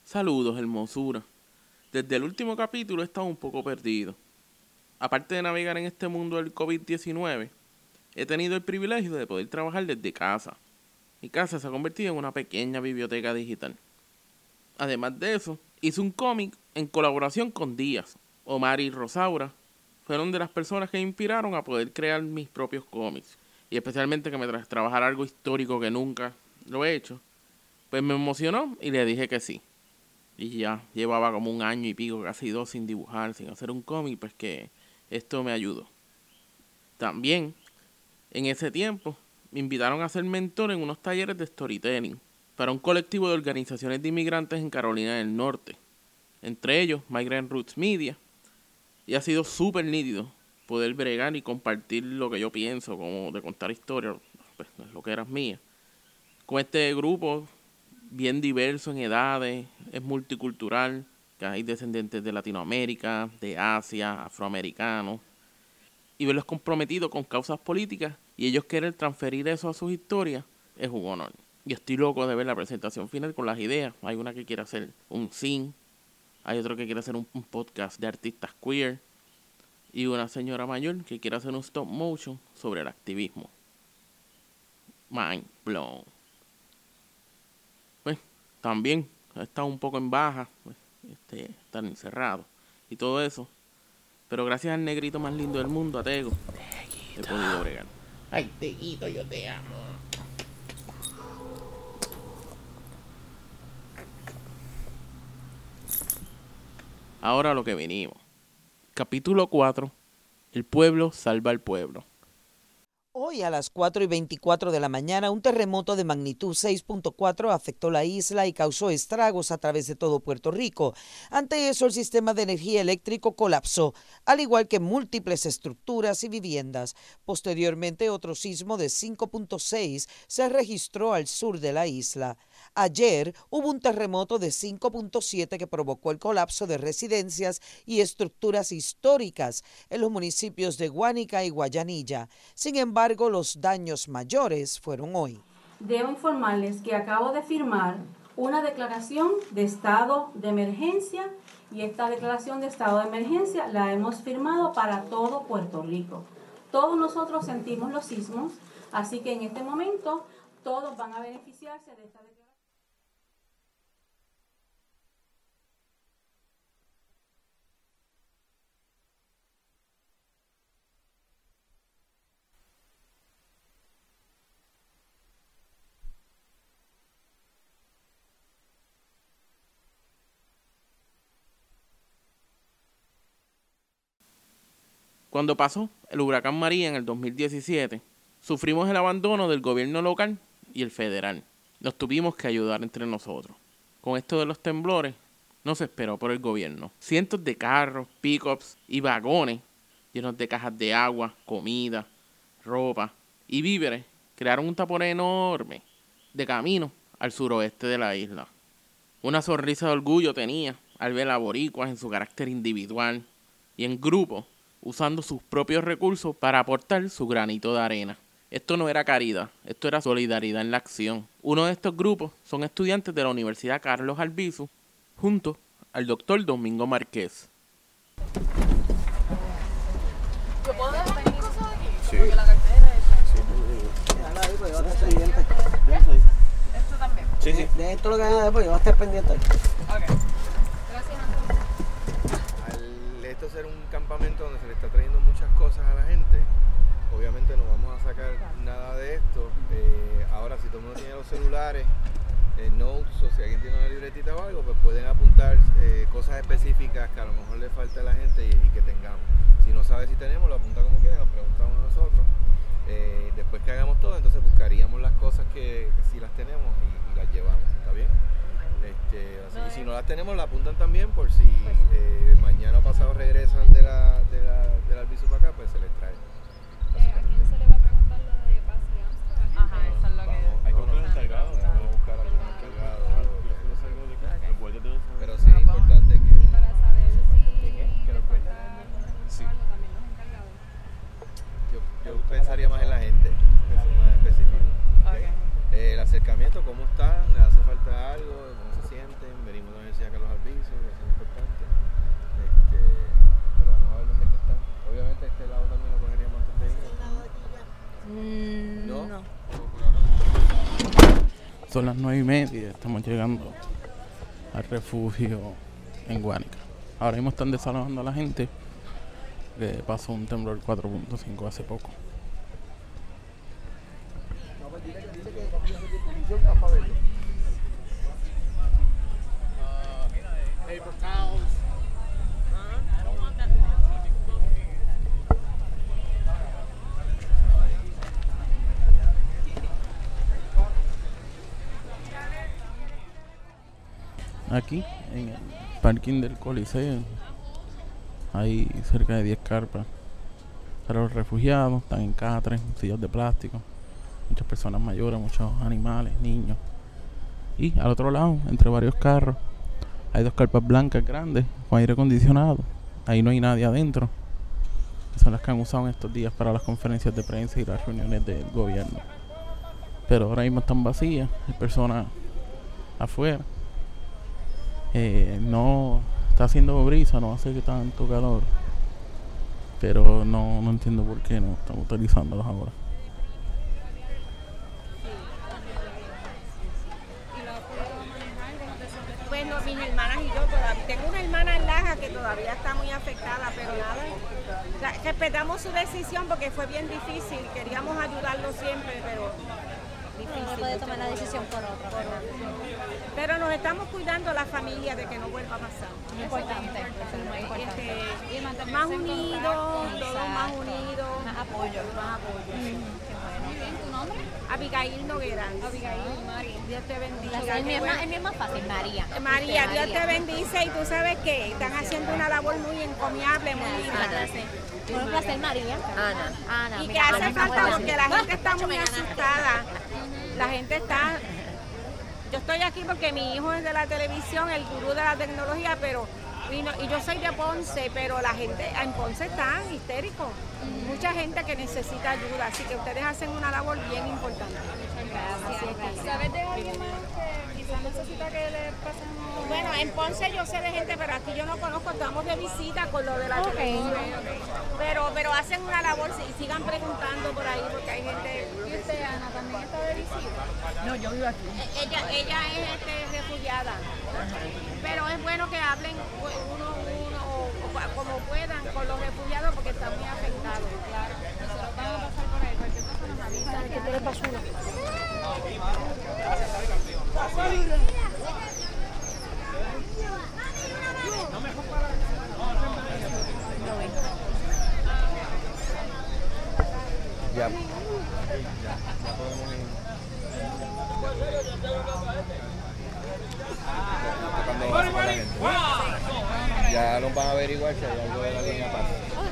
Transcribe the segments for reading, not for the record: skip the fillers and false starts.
Saludos, hermosura. Desde el último capítulo he estado un poco perdido. Aparte de navegar en este mundo del COVID-19, he tenido el privilegio de poder trabajar desde casa. Mi casa se ha convertido en una pequeña biblioteca digital. Además de eso, hice un cómic en colaboración con Díaz. Omar y Rosaura fueron de las personas que me inspiraron a poder crear mis propios cómics. Y especialmente que me trabajar algo histórico que nunca lo he hecho. Pues me emocionó y le dije que sí. Y ya llevaba como 1 año y pico, casi 2 sin dibujar, sin hacer un cómic, pues que esto me ayudó. También, en ese tiempo, me invitaron a ser mentor en unos talleres de storytelling para un colectivo de organizaciones de inmigrantes en Carolina del Norte. Entre ellos, Migrant Roots Media. Y ha sido súper nítido poder bregar y compartir lo que yo pienso, como de contar historias, pues, lo que era mía. Con este grupo bien diverso en edades, es multicultural, que hay descendientes de Latinoamérica, de Asia, afroamericanos, y verlos comprometidos con causas políticas y ellos querer transferir eso a sus historias es un honor. Y estoy loco de ver la presentación final con las ideas. Hay una que quiere hacer un zine, hay otro que quiere hacer un podcast de artistas queer y una señora mayor que quiere hacer un stop motion sobre el activismo. Mind blown. Pues también he estado un poco en baja, pues, estar encerrado y todo eso. Pero gracias al negrito más lindo del mundo, a Tego, he podido bregar. Ay, Teguito, yo te amo. Ahora lo que venimos. Capítulo 4. El pueblo salva al pueblo. Hoy a las 4:24 de la mañana, un terremoto de magnitud 6.4 afectó la isla y causó estragos a través de todo Puerto Rico. Ante eso, el sistema de energía eléctrico colapsó, al igual que múltiples estructuras y viviendas. Posteriormente, otro sismo de 5.6 se registró al sur de la isla. Ayer hubo un terremoto de 5.7 que provocó el colapso de residencias y estructuras históricas en los municipios de Guánica y Guayanilla. Sin embargo, los daños mayores fueron hoy. Debo informarles que acabo de firmar una declaración de estado de emergencia y esta declaración de estado de emergencia la hemos firmado para todo Puerto Rico. Todos nosotros sentimos los sismos, así que en este momento todos van a beneficiarse de esta declaración. Cuando pasó el huracán María en el 2017, sufrimos el abandono del gobierno local y el federal. Nos tuvimos que ayudar entre nosotros. Con esto de los temblores, no se esperó por el gobierno. Cientos de carros, pickups y vagones llenos de cajas de agua, comida, ropa y víveres crearon un tapón enorme de camino al suroeste de la isla. Una sonrisa de orgullo tenía al ver a boricuas en su carácter individual y en grupo, usando sus propios recursos para aportar su granito de arena. Esto no era caridad, esto era solidaridad en la acción. Uno de estos grupos son estudiantes de la Universidad Carlos Albizu, junto al doctor Domingo Márquez. ¿Yo puedo dejar mis cosas aquí? Sí. Porque la cartera es... Sí. Déjala ahí, pues yo voy a estar pendiente. Esto también. Sí, sí. De esto lo que haga después, yo voy a estar pendiente. Ok. Gracias, Antonio. Al esto ser un campamento donde se le está trayendo muchas cosas a la gente, obviamente no vamos a sacar nada de esto. Ahora, si todo el mundo tiene los celulares, notes, o si alguien tiene una libretita o algo, pues pueden apuntar cosas específicas que a lo mejor le falta a la gente y que tengamos. Si no sabe si tenemos, lo apunta como quiera, nos preguntamos a nosotros. Después que hagamos todo, entonces buscaríamos las cosas que sí las tenemos y las llevamos, ¿está bien? Así, y si no las tenemos, las apuntan también por si mañana o pasado regresan del Albizu para acá, pues se les trae. ¿A quién se le va a preguntar lo de Paz y Amsterdam? Ajá, eso es lo que... Hay que buscar un encargado, Vamos a buscar algún encargado o algo. Okay. Pero sí es importante que... Y para saber si ¿Que le lo falta Sí. algo, también los encargados. Yo pensaría más en la gente, que eso es más específico. Okay. El acercamiento, ¿cómo están? ¿Les hace falta algo? ¿Cómo se sienten? Venimos de la Universidad ¿No? No. Son las 9:30, estamos llegando al refugio en Guánica. Ahora mismo están desalojando a la gente, que pasó un temblor 4.5 hace poco. Aquí, en el parking del Coliseo, hay cerca de 10 carpas para los refugiados. Están en catres, en sillas de plástico, muchas personas mayores, muchos animales, niños. Y al otro lado, entre varios carros, hay 2 carpas blancas grandes con aire acondicionado. Ahí no hay nadie adentro, que son las que han usado en estos días para las conferencias de prensa y las reuniones del gobierno. Pero ahora mismo están vacías, hay personas afuera. No está haciendo brisa, no hace tanto calor, pero no entiendo por qué no están utilizándolos ahora. Bueno, mis hermanas y yo todavía, tengo una hermana en Laja que todavía está muy afectada, pero nada, respetamos su decisión porque fue bien difícil, queríamos ayudarlo siempre, pero difícil. No puede tomar la decisión por otro. Pero nos estamos cuidando la familia de que no vuelva a pasar. Muy importante, eso es muy importante. Y Más unidos, todos más unidos. Más apoyo. Qué bueno. Muy bien, ¿tu nombre? Abigail Noguera. Abigail, María. Dios te bendiga. El mismo es fácil, María. María, Dios te bendice y tú sabes que están haciendo una labor muy encomiable, muy linda. Un placer, María. Ana. Y que hace falta porque la gente está muy asustada. La gente está... Yo estoy aquí porque mi hijo es de la televisión, el gurú de la tecnología, pero y yo soy de Ponce, pero la gente en Ponce está histérico. Mucha gente que necesita ayuda, así que ustedes hacen una labor bien importante. Gracias. ¿Sabes de alguien más que quizás necesita que le pasen? Bueno, en Ponce yo sé de gente, pero aquí yo no conozco, estamos de visita con lo de la televisión. Pero hacen una labor y sigan preguntando por ahí porque hay gente. ¿Y usted, Ana, también está de visita? No, yo vivo aquí. Ella es refugiada. Pero es bueno que hablen uno como puedan con los refugiados porque están muy afectados. Claro, nosotros vamos a pasar por ahí, cualquier cosa nos avisa. ¿Qué te le pasó? Ya podemos ir. Cuando va la gente. Ya nos van a averiguar si hay algo de la línea paz.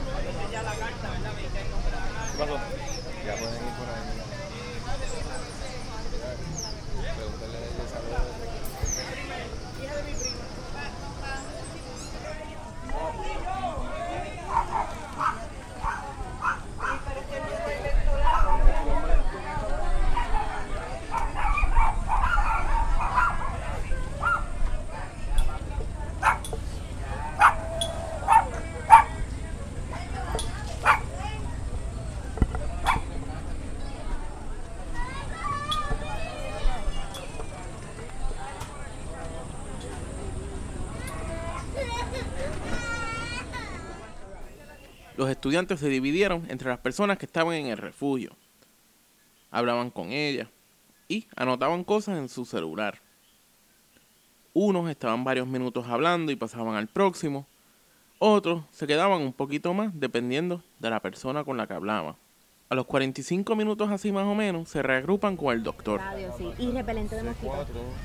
¿Qué pasó? Ya pueden ir por ahí. Pregúntale de salud. Los estudiantes se dividieron entre las personas que estaban en el refugio. Hablaban con ellas y anotaban cosas en su celular. Unos estaban varios minutos hablando y pasaban al próximo. Otros se quedaban un poquito más dependiendo de la persona con la que hablaban. A los 45 minutos así más o menos se reagrupan con el doctor. Y repelente de mosquitos.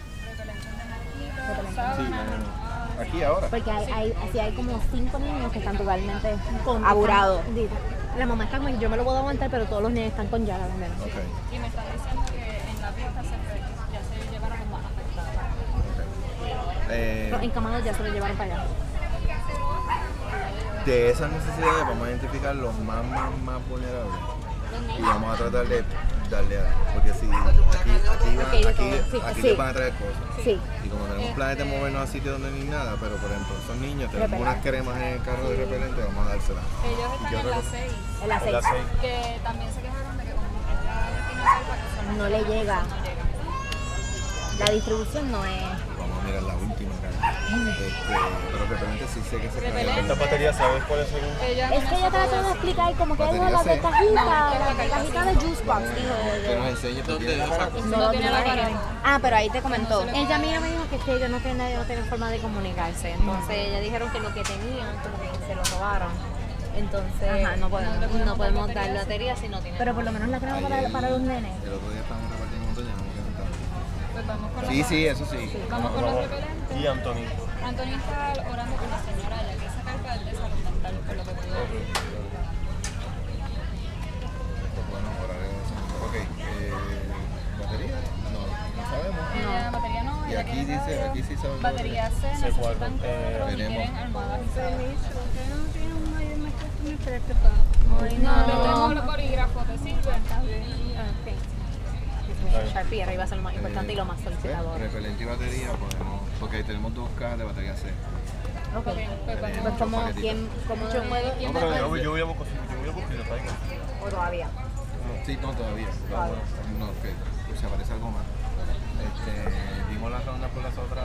Aquí ahora. Porque hay como 5 niños que están totalmente Apurados. La mamá está como, yo me lo puedo aguantar, pero todos los niños están con llagas también. Okay. Y me están diciendo que en la fiesta ya se llevaron los más afectados. Los encamados ya se los llevaron para allá. De esas necesidades vamos a identificar los más vulnerables y vamos a tratar de darle a, porque si aquí les van a traer cosas. Sí. Y como tenemos planes de movernos a sitios donde ni nada, pero por ejemplo son niños, tenemos unas cremas en el carro de repelente, vamos a dárselas. Ellos están en las 6. En las 6. Que también se quejaron de que como no no le llega. La distribución no es. Vamos a mirar la última carta. Pero repelente sí sé que se Esta batería, ¿sabes cuál es según? Es que ella trató de explicar como que dijo la de cajita, la cajita de juice box, dijo. Que nos enseñe porque No tiene la cara. Ah, pero ahí te comentó. Ella a mí me dijo que es que ellos no tienen forma de comunicarse. Entonces ellos dijeron que lo que tenían, como que se lo robaron. Entonces, ajá, no podemos dar batería si no tienen. Pero por lo menos la crema para los nenes. el otro día estábamos repartiendo montaña, no me quedan tanto. Pues vamos con Sí, sí, eso sí. Vamos con los repelentes. Y Anthony. Anthony está orando con la señora, ya que esa carta del de salud mental, por lo que puedo ver. Bueno, ok, batería, no sabemos. Batería no. Y aquí dice, aquí sí sabemos. Batería C, necesitan cuatro y Tenemos. quieren almohadas y sábanas. No, No, tenemos los bolígrafos, ¿te sirven? Sharpie arriba es lo más importante y lo más solicitador. Repelente y batería podemos, porque ahí tenemos 2 cajas de batería C. Ok. Pues como quién, como yo puedo. No, pero yo voy a buscar y lo traigo. O todavía. Sí, no, todavía. No, que se aparece algo más. Dimos la ronda por las otras.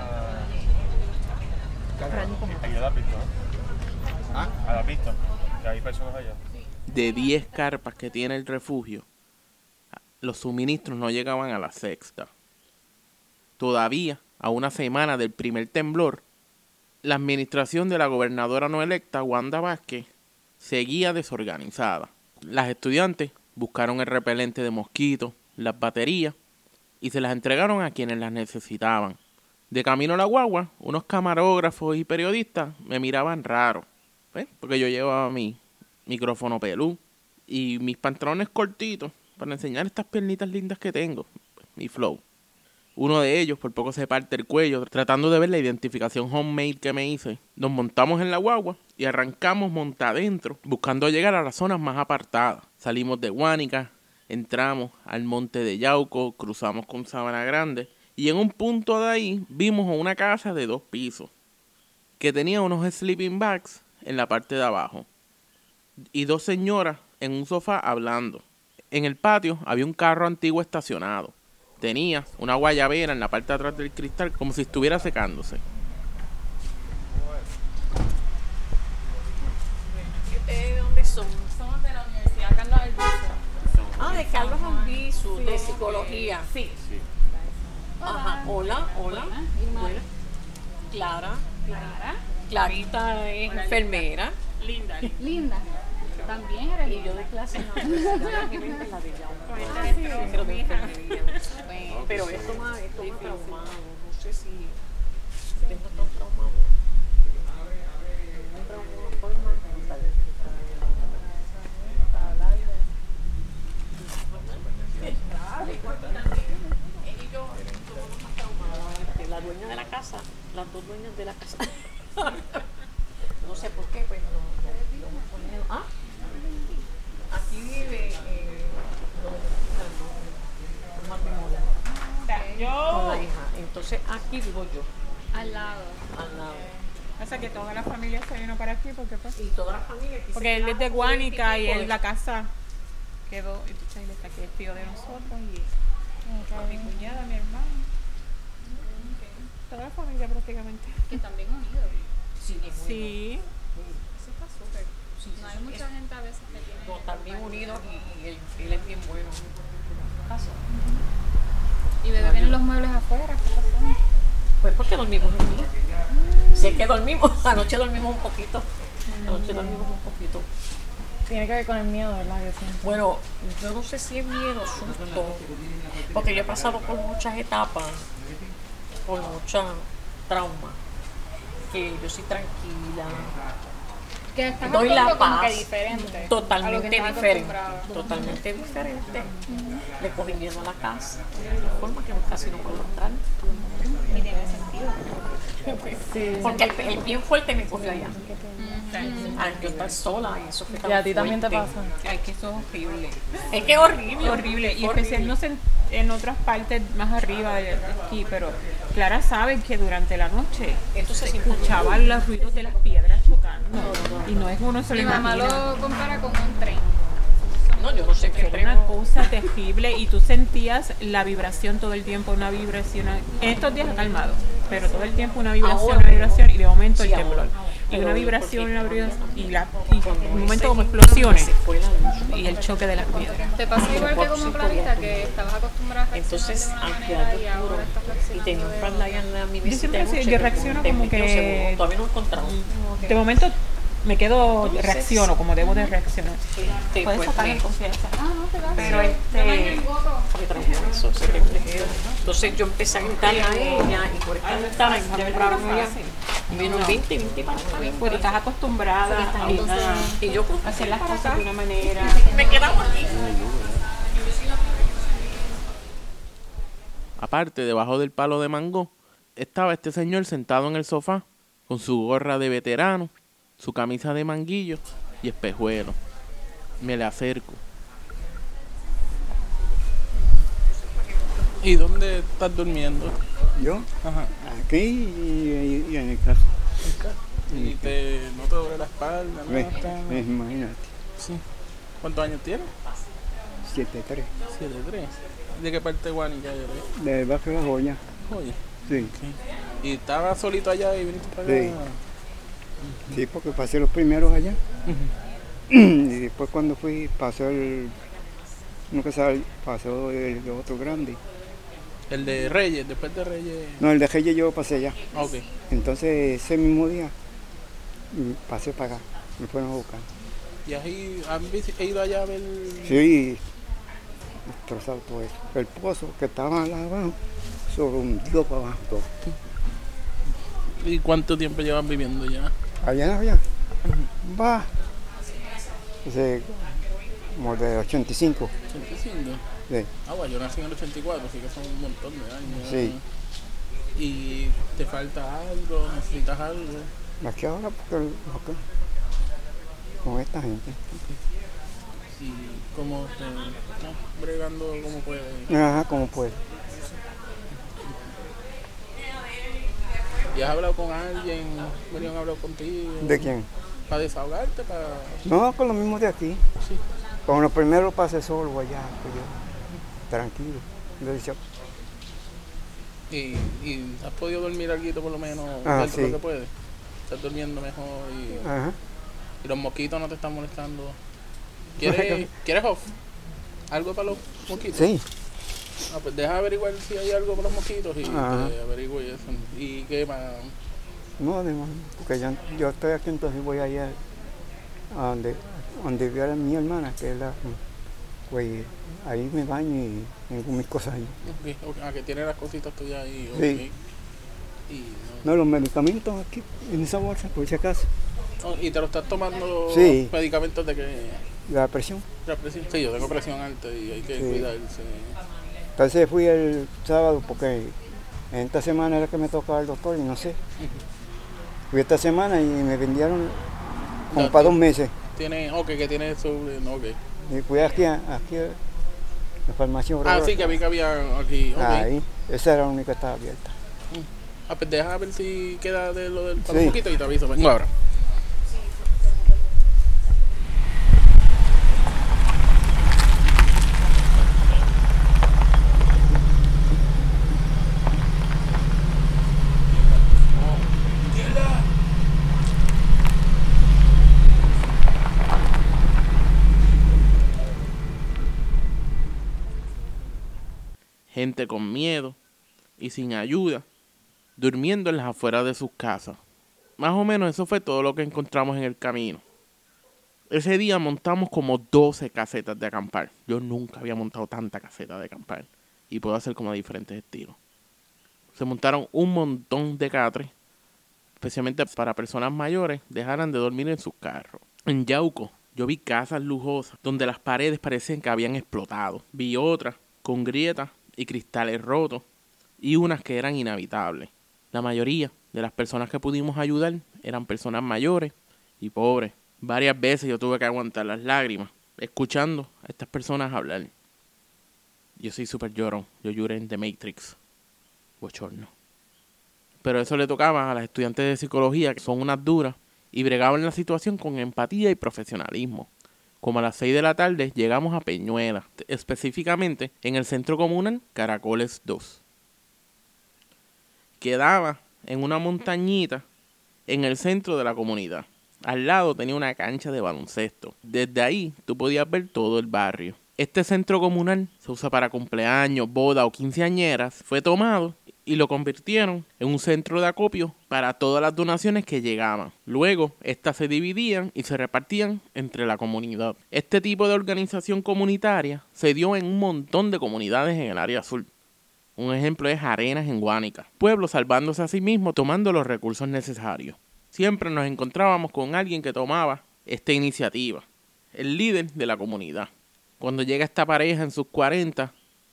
Ahí a la pista, ¿no? ¿Ah? A la pista, que hay personas allá. De 10 carpas que tiene el refugio, los suministros no llegaban a la sexta. Todavía, a una semana del primer temblor, la administración de la gobernadora no electa, Wanda Vázquez, seguía desorganizada. Las estudiantes buscaron el repelente de mosquitos, las baterías, y se las entregaron a quienes las necesitaban. De camino a la guagua, unos camarógrafos y periodistas me miraban raro, ¿ves? Porque yo llevaba mi micrófono pelú y mis pantalones cortitos para enseñar estas piernitas lindas que tengo, mi flow. Uno de ellos por poco se parte el cuello tratando de ver la identificación homemade que me hice. Nos montamos en la guagua y arrancamos monta adentro buscando llegar a las zonas más apartadas. Salimos de Guánica, entramos al monte de Yauco, cruzamos con Sabana Grande y en un punto de ahí vimos una casa de 2 pisos que tenía unos sleeping bags en la parte de abajo y 2 señoras en un sofá hablando. En el patio había un carro antiguo estacionado. Tenía una guayabera en la parte de atrás del cristal como si estuviera secándose. ¿De dónde son? Somos de la Universidad Carlos Albizu. De Carlos Albizu, de psicología. Sí. Ajá. Hola. Buena. Clara. Clarita es enfermera. Linda. También eres Y yo de clase en la universidad de la de Yauco. Pero de enfermería. Pero esto me ha traumado. No sé si tengo tan traumado. Me traumó de forma la dueña de la casa, las 2 dueñas de la casa. No sé por qué, pues no. Aquí vive un matrimonio con la hija. Entonces aquí vivo yo. al lado. O sea que toda la familia se vino para aquí porque pues. Y toda la familia aquí. Porque él es de Guánica y él la casa quedó, entonces él está aquí, es tío de nosotros y mi cuñada, mi hermano. Toda la familia prácticamente. Que están bien unidos. Sí. Eso está súper. Sí, no hay mucha gente a veces que tiene. No, están bien unidos y él es bien bueno. ¿Qué pasó? Y bebé tienen los muebles afuera, ¿qué pasó? Pues porque dormimos aquí. Si es que dormimos, anoche dormimos un poquito. Tiene que ver con el miedo, ¿verdad? Bueno, yo no sé si es miedo o susto, porque yo he pasado por muchas etapas, por mucha trauma, que yo soy tranquila. Que están doy la como paz, que diferente. totalmente a lo que estás diferente, acostumbrado. totalmente diferente. Le cogí miedo a la casa, de forma que casi no puedo entrar. Y tiene sentido. Sí. Porque el bien fuerte me cogió allá. Yo estar sola y eso fue tan ¿Y a ti también te fuerte. pasa? Ay, que eso es horrible. Es que es horrible. Horrible. Y horrible. especialmente en otras partes más arriba de aquí, pero Clara sabe que durante la noche Entonces se escuchaban los ruidos de las piedras chocando. Y no es uno se lo Mi mamá imagina. lo compara con un tren. Son No, yo no sé qué Era una cosa terrible y tú sentías la vibración todo el tiempo, una vibración. En estos días ha calmado, pero todo el tiempo una vibración y de momento el temblor. Y una vibración, y un momento como explosiones y el choque de las piedras. ¿Te pasa igual que como planeta, que estabas acostumbrada a entonces, aunque algo oscuro y tenía un plan allá en mi Yo siempre noche, yo reacciono como que todavía no he encontrado. de momento me quedo, reacciono como debo de reaccionar. Puedes pues, sacar en confianza. Pero me trajo eso, se reflejó. Entonces yo empecé a gritarle a ella y por esta ventana y me entraron ella. Menos 20 para pues estás acostumbrada y yo a hacer las cosas de una manera. Me quedaba aquí. Aparte, debajo del palo de mango, estaba este señor sentado en el sofá, con su gorra de veterano, su camisa de manguillo y espejuelo. Me le acerco. ¿Y dónde estás durmiendo? ¿Yo? Ajá. Aquí y en el caso. ¿Y no te duele la espalda? ¿No? Imagínate. Sí. ¿Cuántos años tienes? 7'3". 7'3". ¿De qué parte de Guánica eres? Del barrio de La Joya. Joya. Sí. Okay. ¿Y estabas solito allá y viniste para acá? Sí. Sí, porque pasé los primeros allá. Y después cuando fui, pasó el otro grande. ¿El de Reyes? ¿Después de Reyes? No, el de Reyes yo pasé allá. Ok. Entonces ese mismo día pasé para acá, me fueron a buscar. ¿Y has ido allá a ver? Sí, destrozado todo eso. El pozo que estaba allá abajo, sobre un dios para abajo todo. ¿Y cuánto tiempo llevan viviendo ya? Allá. Va. Como de 85. 85. Sí. Bueno, yo nací en el 84, así que son un montón de años. Sí. ¿Y te falta algo? ¿Necesitas algo? Aquí ahora porque con esta gente. Okay. ¿Y cómo te estás bregando como puedes? Ajá, como puede. ¿Y has hablado con alguien? ¿Venían a hablar contigo? ¿De quién? ¿Para desahogarte? No, con lo mismo de aquí. Sí. Con los primeros pasé solo allá, pues yo, tranquilo. ¿Y has podido dormir algo por lo menos Ah, dentro de sí. lo que puedes? ¿Estás durmiendo mejor y los mosquitos no te están molestando? ¿Quieres off? ¿Algo para los mosquitos? Sí. Pues deja averiguar si hay algo para los mosquitos y te averiguo y eso. ¿Y qué más? No, además, porque yo estoy aquí, entonces voy allá a donde vive mi hermana, que es pues ahí me baño y tengo mis cosas ahí. Okay. Que tiene las cositas tuyas ahí. Sí. Y no, los medicamentos aquí, en esa bolsa, por si acaso. ¿Y te lo estás tomando Sí. medicamentos de qué? La presión. ¿La presión? Sí, yo tengo presión alta y hay que cuidarse. Entonces fui el sábado porque en esta semana era que me tocaba el doctor y no sé. Fui esta semana y me vendieron como para 2 meses. Que tiene sobre... Y fui aquí en la farmacia Obrador. Sí, que vi que había aquí. Ahí, esa era la única que estaba abierta. Pues deja ver si queda de lo del para Sí. un poquito y te aviso. Vengo ahora. Gente con miedo y sin ayuda, durmiendo en las afueras de sus casas. Más o menos eso fue todo lo que encontramos en el camino. Ese día montamos como 12 casetas de acampar. Yo nunca había montado tanta caseta de acampar. Y puedo hacer como de diferentes estilos. Se montaron un montón de catres, especialmente para personas mayores, dejaran de dormir en sus carros. En Yauco, yo vi casas lujosas donde las paredes parecían que habían explotado. Vi otras con grietas y cristales rotos y unas que eran inhabitables. La mayoría de las personas que pudimos ayudar eran personas mayores y pobres. Varias veces yo tuve que aguantar las lágrimas escuchando a estas personas hablar. Yo soy súper llorón. Yo lloré en The Matrix. Bochorno. Pero eso le tocaba a las estudiantes de psicología, que son unas duras, y bregaban la situación con empatía y profesionalismo. como a las 6 de la tarde, llegamos a Peñuela, específicamente en el centro comunal Caracoles 2. Quedaba en una montañita en el centro de la comunidad. Al lado tenía una cancha de baloncesto. Desde ahí tú podías ver todo el barrio. Este centro comunal se usa para cumpleaños, bodas o quinceañeras. Fue tomado y lo convirtieron en un centro de acopio para todas las donaciones que llegaban. Luego, estas se dividían y se repartían entre la comunidad. Este tipo de organización comunitaria se dio en un montón de comunidades en el área sur. Un ejemplo es Arenas en Guánica, pueblo salvándose a sí mismo tomando los recursos necesarios. Siempre nos encontrábamos con alguien que tomaba esta iniciativa, el líder de la comunidad. Cuando llega esta pareja en sus 40,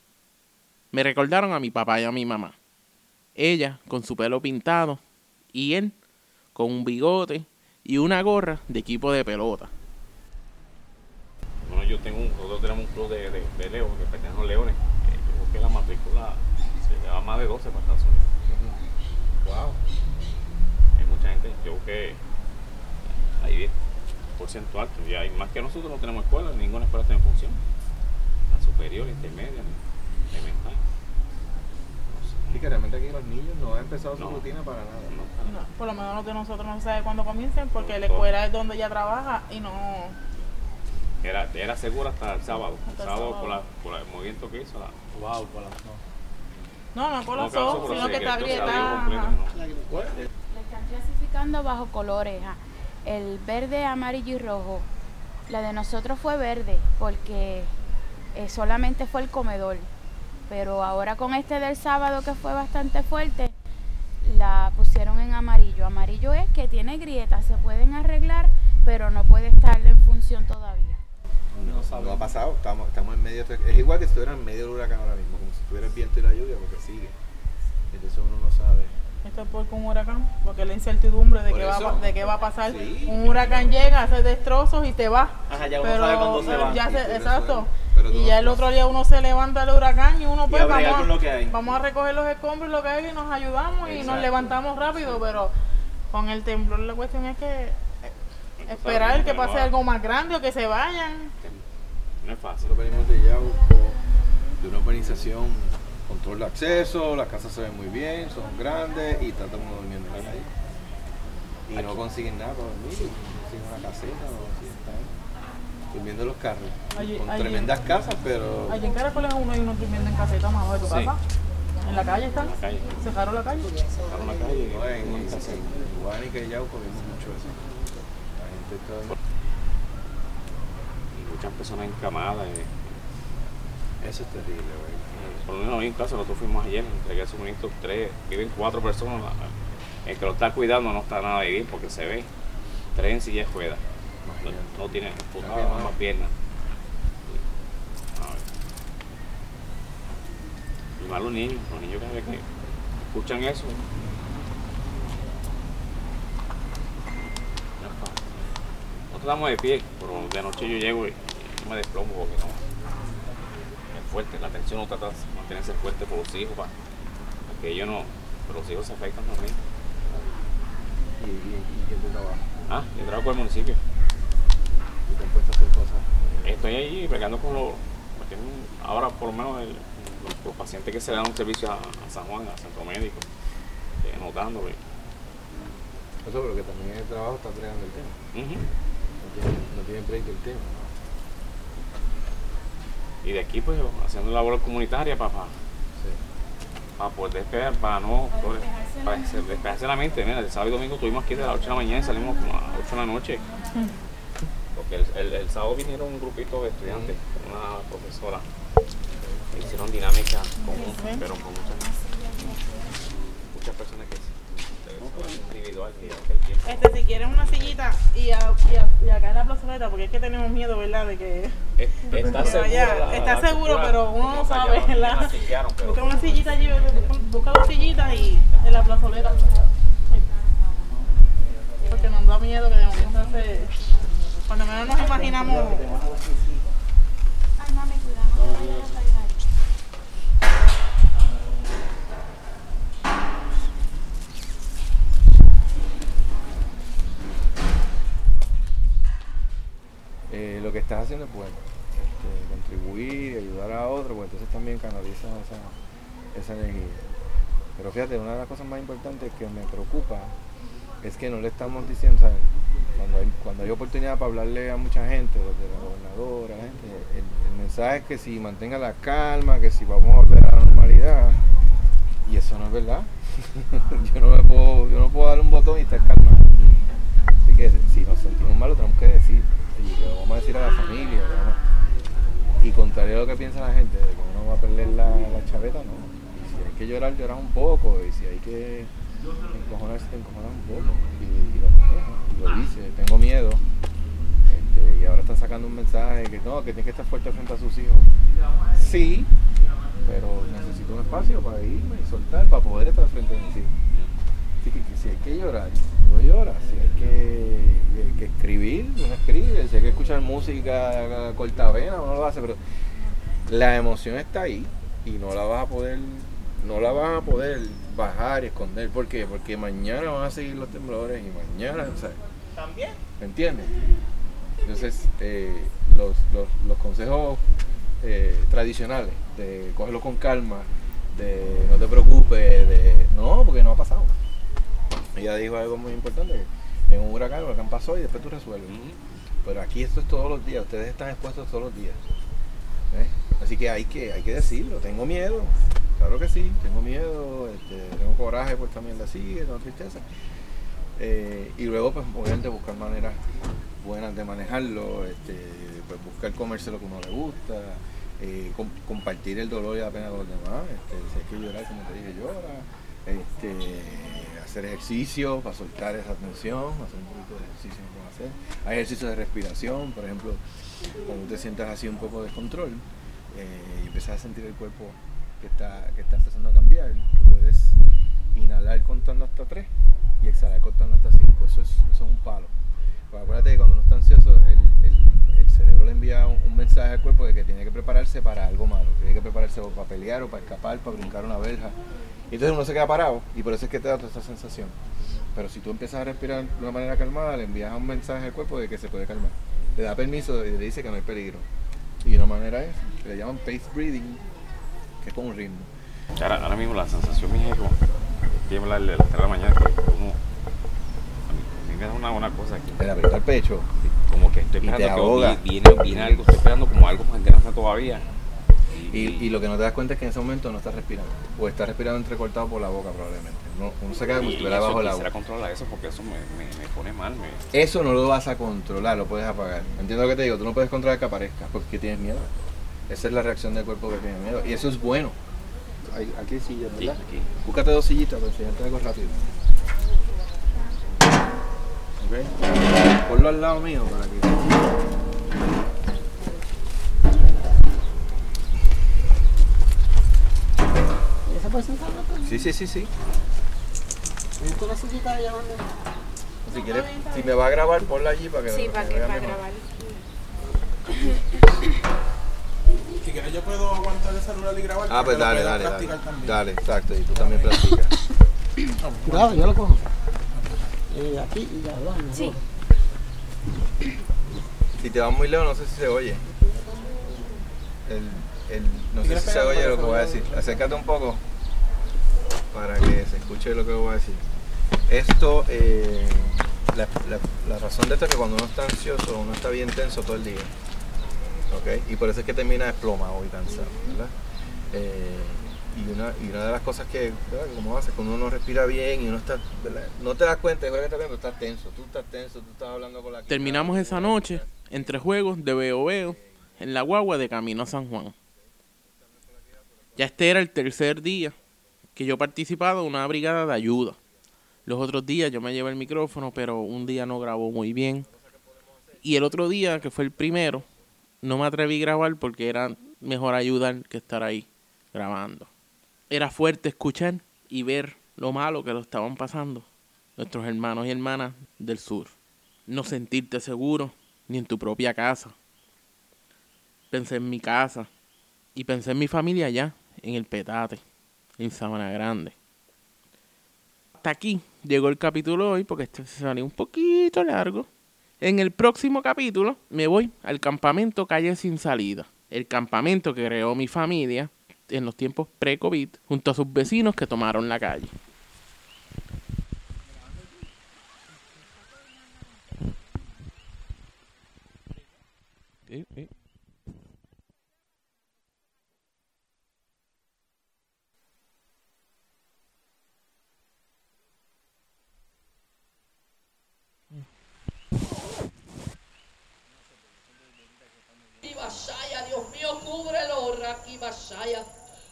me recordaron a mi papá y a mi mamá. Ella con su pelo pintado y él con un bigote y una gorra de equipo de pelota. Bueno, nosotros tenemos un club de leones, que pertenecen a los leones. Yo creo que la matrícula se lleva más de 12 para Estados Unidos. Wow. Hay mucha gente, yo creo que hay 10% alto. Y hay más que nosotros no tenemos escuela, ninguna escuela tiene función. La superior, intermedia, elemental. Y que realmente aquí los niños no han empezado su rutina para nada. No, por lo menos los de nosotros no se sabe cuándo comiencen porque la escuela es donde ella trabaja y no... Era segura hasta el sábado. El sábado por el movimiento que hizo. No colapsó, sino que está agrietada. Le están clasificando bajo colores. El verde, amarillo y rojo. La de nosotros fue verde porque solamente fue el comedor. Pero ahora con este del sábado que fue bastante fuerte, la pusieron en amarillo. Amarillo es que tiene grietas, se pueden arreglar, pero no puede estar en función todavía. No ha pasado, estamos en medio, es igual que si estuviera en medio del huracán ahora mismo, como si estuviera el viento y la lluvia, porque sigue. Entonces uno no sabe. Esto es porque un huracán, porque la incertidumbre de qué va a pasar. Sí. Un huracán llega, hace destrozos y te va. Ajá, ya uno sabe cuándo se va. Exacto. Y ya el otro día uno se levanta del huracán y uno pues vamos a recoger los escombros y lo que hay y nos ayudamos. Exacto. Y nos levantamos rápido, pero con el temblor la cuestión es que esperar que pase algo más grande o que se vayan. No es fácil. Nosotros venimos de Yauco, de una urbanización, control de acceso, las casas se ven muy bien, son grandes y está todo el mundo durmiendo en la calle. Y no consiguen nada para dormir, no consiguen una caseta, no consiguen nada. Durmiendo en los carros, con tremendas casas, pero... Allí en Caracoles uno y uno durmiendo en caseta, más de tu casa. ¿En la calle están? ¿Cerraron la calle? Cerraron la calle. No, en Guánica y Yauco vimos mucho eso. La gente está... Y muchas personas encamadas. Eso es terrible, güey. Por lo menos en un caso, nosotros fuimos ayer, entregué suministros viven 4 personas. El que lo está cuidando no está nada de bien porque se ve 3 en silla de ruedas. No tiene más piernas. Y más los niños cada vez que escuchan eso. Nosotros estamos de pie, pero de noche yo llego y me desplomo porque no. Es fuerte, la atención no trata de mantenerse fuerte por los hijos, para que ellos no, pero los hijos se afectan también. ¿Y qué tú trabajas? Yo trabajo con el municipio. ¿Y te han puesto a hacer cosas? Estoy ahí bregando con ahora por lo menos los pacientes que se dan un servicio a San Juan, a Centro Médico, anotándolo. Eso, pero que también el trabajo está entregando el tema. No tiene break el tema, ¿no? Y de aquí pues haciendo labor comunitaria para poder despejar, para despejarse la mente. Mira, el sábado y domingo estuvimos aquí de las 8 de la mañana y salimos como a las 8 de la noche. Porque el sábado vinieron un grupito de estudiantes, una profesora, hicieron dinámica común, pero con muchas personas que individual. Si quieren una sillita y acá en la plazoleta, porque es que tenemos miedo, ¿verdad? De que está seguro, pero uno no sabe, ¿verdad? Busca una sillita allí, busca 2 sillitas y en la plazoleta. Porque nos da miedo que de momento cuando menos nos imaginamos. Ay, mami, cuidado, no te vayas a desayunar. Lo que estás haciendo es bueno. Contribuir y ayudar a otros, pues entonces también canaliza esa energía. Pero fíjate, una de las cosas más importantes que me preocupa es que no le estamos diciendo, ¿sabes? Cuando hay oportunidad para hablarle a mucha gente, desde la gobernadora, la gente, el mensaje es que si mantenga la calma, que si vamos a volver a la normalidad, y eso no es verdad. yo no puedo darle un botón y estar calmado. Así que si nos sentimos mal lo tenemos que decir, y lo vamos a decir a la familia, y contrario a lo que piensa la gente, de que uno va a perder la chaveta, no. Y si hay que llorar, lloras un poco, y si hay que encojonarse, te encojonas un poco, y lo manejas, y lo dices, tengo miedo, y ahora están sacando un mensaje que no, que tiene que estar fuerte frente a sus hijos. Sí, pero necesito un espacio para irme y soltar, para poder estar frente a mis hijos. Así que si hay que llorar, uno llora, si hay que escribir, uno escribe, si hay que escuchar música cortavena, uno lo hace, pero la emoción está ahí y no la vas a poder bajar y esconder. ¿Por qué? Porque mañana van a seguir los temblores y mañana, ¿sabes? ¿También? ¿Me entiendes? Entonces, los consejos tradicionales de cógelo con calma, de no te preocupes, no, porque no ha pasado. Ella dijo algo muy importante, en un huracán pasó y después tú resuelves. Pero aquí esto es todos los días, ustedes están expuestos todos los días. Así que hay que decirlo, tengo miedo, claro que sí, tengo miedo, tengo coraje por esta mierda así, tengo tristeza. Y luego pues obviamente buscar maneras buenas de manejarlo, pues buscar comerse lo que uno le gusta, compartir el dolor y la pena de los demás, si hay que llorar, como te dije, llora, hacer ejercicio para soltar esa tensión, hacer un poquito de ejercicio que puedo hacer. Hay ejercicios de respiración, por ejemplo, cuando te sientas así un poco de descontrol y empiezas a sentir el cuerpo que está empezando a cambiar, tú puedes inhalar contando hasta 3 y exhalar contando hasta 5, eso es un palo. Pues acuérdate que cuando uno está ansioso, el cerebro le envía un mensaje al cuerpo de que tiene que prepararse para algo malo, tiene que prepararse para pelear o para escapar, para brincar una verja. Y entonces uno se queda parado y por eso es que te da toda esta sensación. Pero si tú empiezas a respirar de una manera calmada, le envías un mensaje al cuerpo de que se puede calmar. Le da permiso y le dice que no hay peligro. Y una manera es, que le llaman pace breathing, que es con un ritmo. Ahora mismo la sensación mía es como tiemblar a las 3 de la mañana, que uno, a mí me da una cosa aquí. Te aprieta el pecho. Como que estoy esperando que viene algo, estoy esperando como algo más grande todavía. Y lo que no te das cuenta es que en ese momento no estás respirando. O estás respirando entrecortado por la boca probablemente. Uno se queda como si estuviera bajo el agua. Quisiera controlar eso porque eso me pone mal. Eso no lo vas a controlar, lo puedes apagar. ¿Entiendes lo que te digo? Tú no puedes controlar que aparezca porque tienes miedo. Esa es la reacción del cuerpo que tiene miedo. Y eso es bueno. Aquí hay sillas, ¿verdad? Sí, aquí. Búscate 2 sillitas para enseñarte algo rápido. ¿Ok? Ponlo al lado mío para que... ¿Se puede sentar? Sí. ¿Con la sillita allá donde? Si quieres, si me va a grabar, ponla allí para que sí, para grabar. Si quieres yo puedo aguantar el celular y grabar. Pues dale. Dale, exacto, y tú también practicas. Cuidado, yo lo cojo. Aquí y ya, ¿verdad? Sí. Si te vas muy lejos, no sé si se oye. No sé si se oye lo que voy a decir. Acércate un poco para que se escuche lo que voy a decir. Esto, la razón de esto es que cuando uno está ansioso, uno está bien tenso todo el día. ¿Okay? Y por eso es que termina desplomado y cansado, ¿verdad? Y una de las cosas que, ¿verdad? Como hace, cuando uno no respira bien y uno está, ¿verdad? No te das cuenta de que estás tenso, tú estás hablando con la... Terminamos esa noche entre juegos de veo en la guagua de camino a San Juan. Ya este era el 3er día que yo he participado en una brigada de ayuda. Los otros días yo me llevé el micrófono, pero un día no grabó muy bien. Y el otro día, que fue el primero, no me atreví a grabar porque era mejor ayudar que estar ahí grabando. Era fuerte escuchar y ver lo malo que lo estaban pasando nuestros hermanos y hermanas del sur. No sentirte seguro ni en tu propia casa. Pensé en mi casa y pensé en mi familia allá, en el Petate, en Sabana Grande. Hasta aquí llegó el capítulo hoy porque este se salió un poquito largo. En el próximo capítulo me voy al campamento Calle Sin Salida, el campamento que creó mi familia en los tiempos pre-COVID, junto a sus vecinos que tomaron la calle. Dios mío, cúbrelo, Raki Masaya.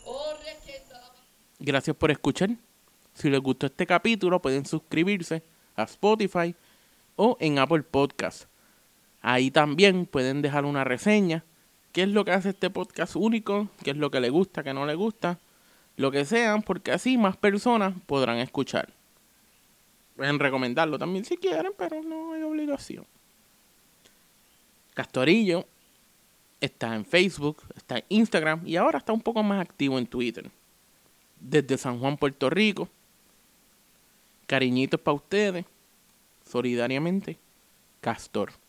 Gracias por escuchar. Si les gustó este capítulo, pueden suscribirse a Spotify o en Apple Podcast. Ahí también pueden dejar una reseña. ¿Qué es lo que hace este podcast único? ¿Qué es lo que les gusta, qué no les gusta? Lo que sean, porque así más personas podrán escuchar. Pueden recomendarlo también si quieren, pero no hay obligación. Castorillo está en Facebook, está en Instagram y ahora está un poco más activo en Twitter. Desde San Juan, Puerto Rico. Cariñitos para ustedes. Solidariamente, Castor.